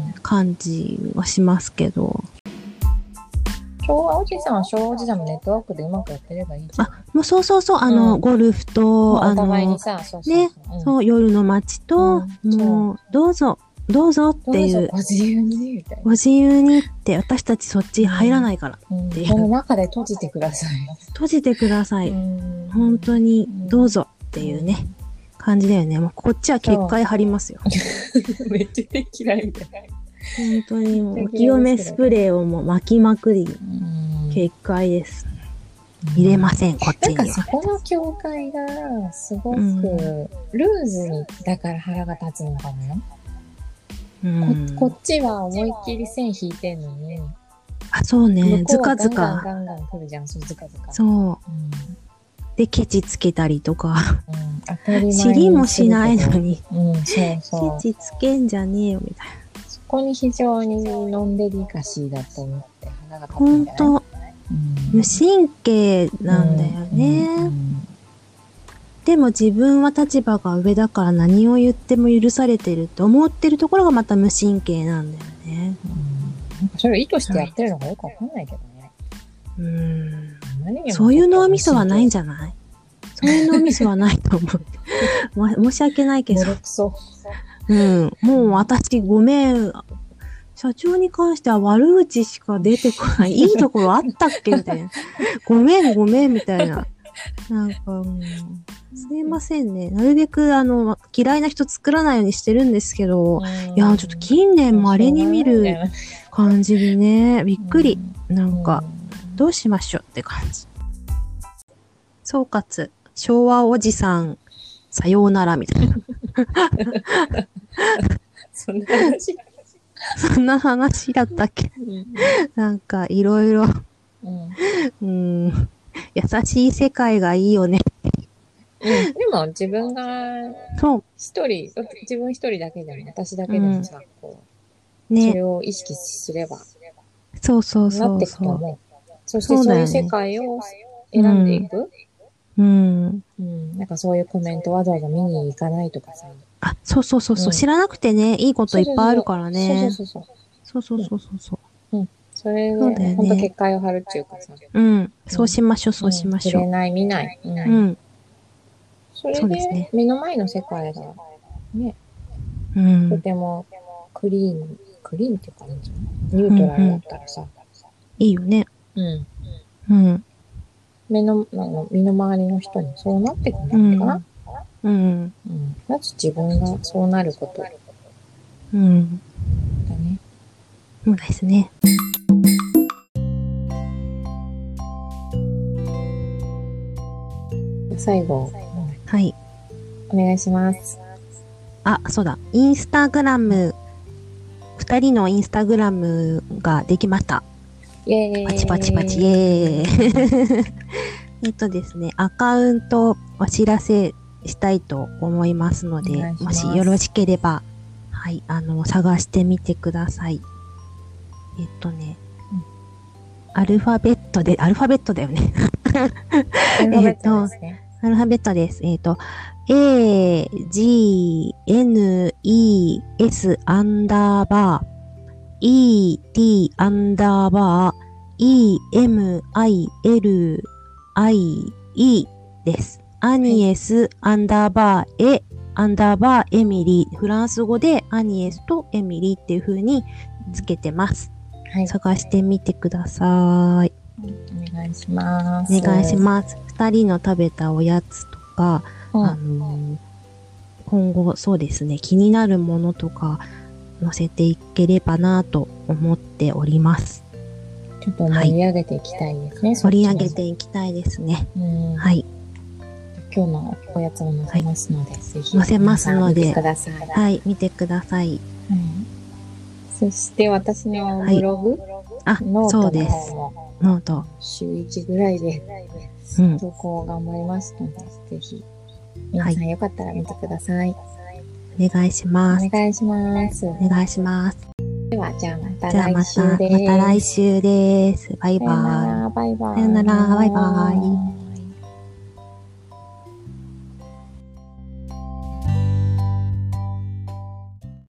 感じはしますけど。 昭和おじさんは昭和おじさんのネットワークでうまくやってればいいじゃん。 あ、もうそうそうそう、あの、 うんゴルフと、あお互いにの、 さ、そうそうね、 そう。うん、 そう、夜の街と、 うんもう、どうぞ、どうぞってどういう、 ぞご自由にみたいな。 ご自由にって、私たちそっち入らないからうん、 っていこのう、 中で閉じてください。 閉じてください。 うん本当に、どうぞっていうね、感じだよね。もうこっちは結界張りますよ。 めっちゃ嫌いみたいな。 本当にもう、お清めスプレーをもう巻きまくり、 うん結界です。入れません、こっちになんかそは。 この境界がすごくうんルーズにだから腹が立つのかもよ、 うんこ。こっちは思いっきり線引いてんのに、 あ、そうね、 向こずうはガンガンかずか。 ガンガン来るじゃん、そうずかずか。 そう。 うんで、ケチつけたりとか。 うん、当たり前に知りもしないのに。 うん、そうそう。 ケチつけんじゃねえよ、みたいな。 そこに非常にノンデリカシーだと思って腹が立つほんんじゃない？ と、無神経なんだよね。 うんうんでも自分は立場が上だから何を言っても許されてるって思ってるところがまた無神経なんだよね。 うん、なんかそれを意図してやってるのかよくわかんないけどね。 うん。 無何にもそういう脳みそはないんじゃない？そういう脳みそはないと思う。申し訳ないけど。 ボロクソ。 うん。もう私ごめん。社長に関しては悪口しか出てこない。いいところあったっけみたいな。ごめんごめんみたいな。なんか、うん、すいませんね。なるべくあの嫌いな人作らないようにしてるんですけど、いや、ちょっと近年稀に見る感じでね、びっくり。なんか、どうしましょうって感じ。総括、昭和おじさん、さようならみたいな。 そんな話そんな話だったっけ、うん、なんかいろいろ、うん、優しい世界がいいよね。 うん、でも自分が一人、自分一人だけでも私だけでもさ、うん、こう、ね、それを意識すれば、 そうそうそうそう。 なっていくと思う。そしてそういう世界を選んでいく。 うん。 うん。なんかそういうコメントわざわざ見に行かないとかさ。 あ、そうそうそうそう、うん。知らなくてね、いいこといっぱいあるからね。 そうそうそうそう。そうそうそうそう。 うん。それで、ね、ほんと結界を張るっていうかさ。 うん。そうしましょう、そうしましょう。 触れない、見ない。 うん。うん、 それで、目の前の世界が、ね。 うん。 とてもクリーン、クリーンっていうか、ニュートラルだったらさ。うんうん、 いいよね。 うん。 うん。 目の、あの、身の回りの人にそうなってくんだってかな。 うん。うん。 うん。まず自分がそうなること。 うん。 だね。 そうですね。 最後。 はい。 お願いします。 あ、そうだ。インスタグラム、二人のインスタグラムができました。 イェーイ。 パチパチパチイェーイ。えっとですね、アカウントお知らせしたいと思いますので、もしよろしければ、はい、あの、探してみてください。えっとね、うん、アルファベットで、アルファベットだよね。 えっと、 アルファベットです。えっと、A, G, N, E, S アンダーバー、E, T アンダーバー、E, M, I, L, I, E です。アニエスアンダーバーエアンダーバーエミリー。フランス語でアニエスとエミリーっていう風につけてます。はい、探してみてください。 お願いします。 お願いします。二人の食べたおやつとか、うん、あの今後そうですね、気になるものとか載せていければなと思っております。 ちょっと盛り上げていきたいですね。はい、 盛り上げていきたいですね。はい。 今日のおやつを載せますので、はい、ぜひ載せますので、 見てください。 はい、見てください。はい、 そして私のブログ、はい、 あ、 ノートそうです。ノート。 週いちぐらいで、うん、投稿を頑張りますので、ぜひ皆さんよかったら見てください。はい、 お願いします。 お願いします。 お願いします。 では、じゃあまた来週です。 じゃあまた、また来週です。バイバイ。 さよなら、バイバイ。 さよなら、バイバイ。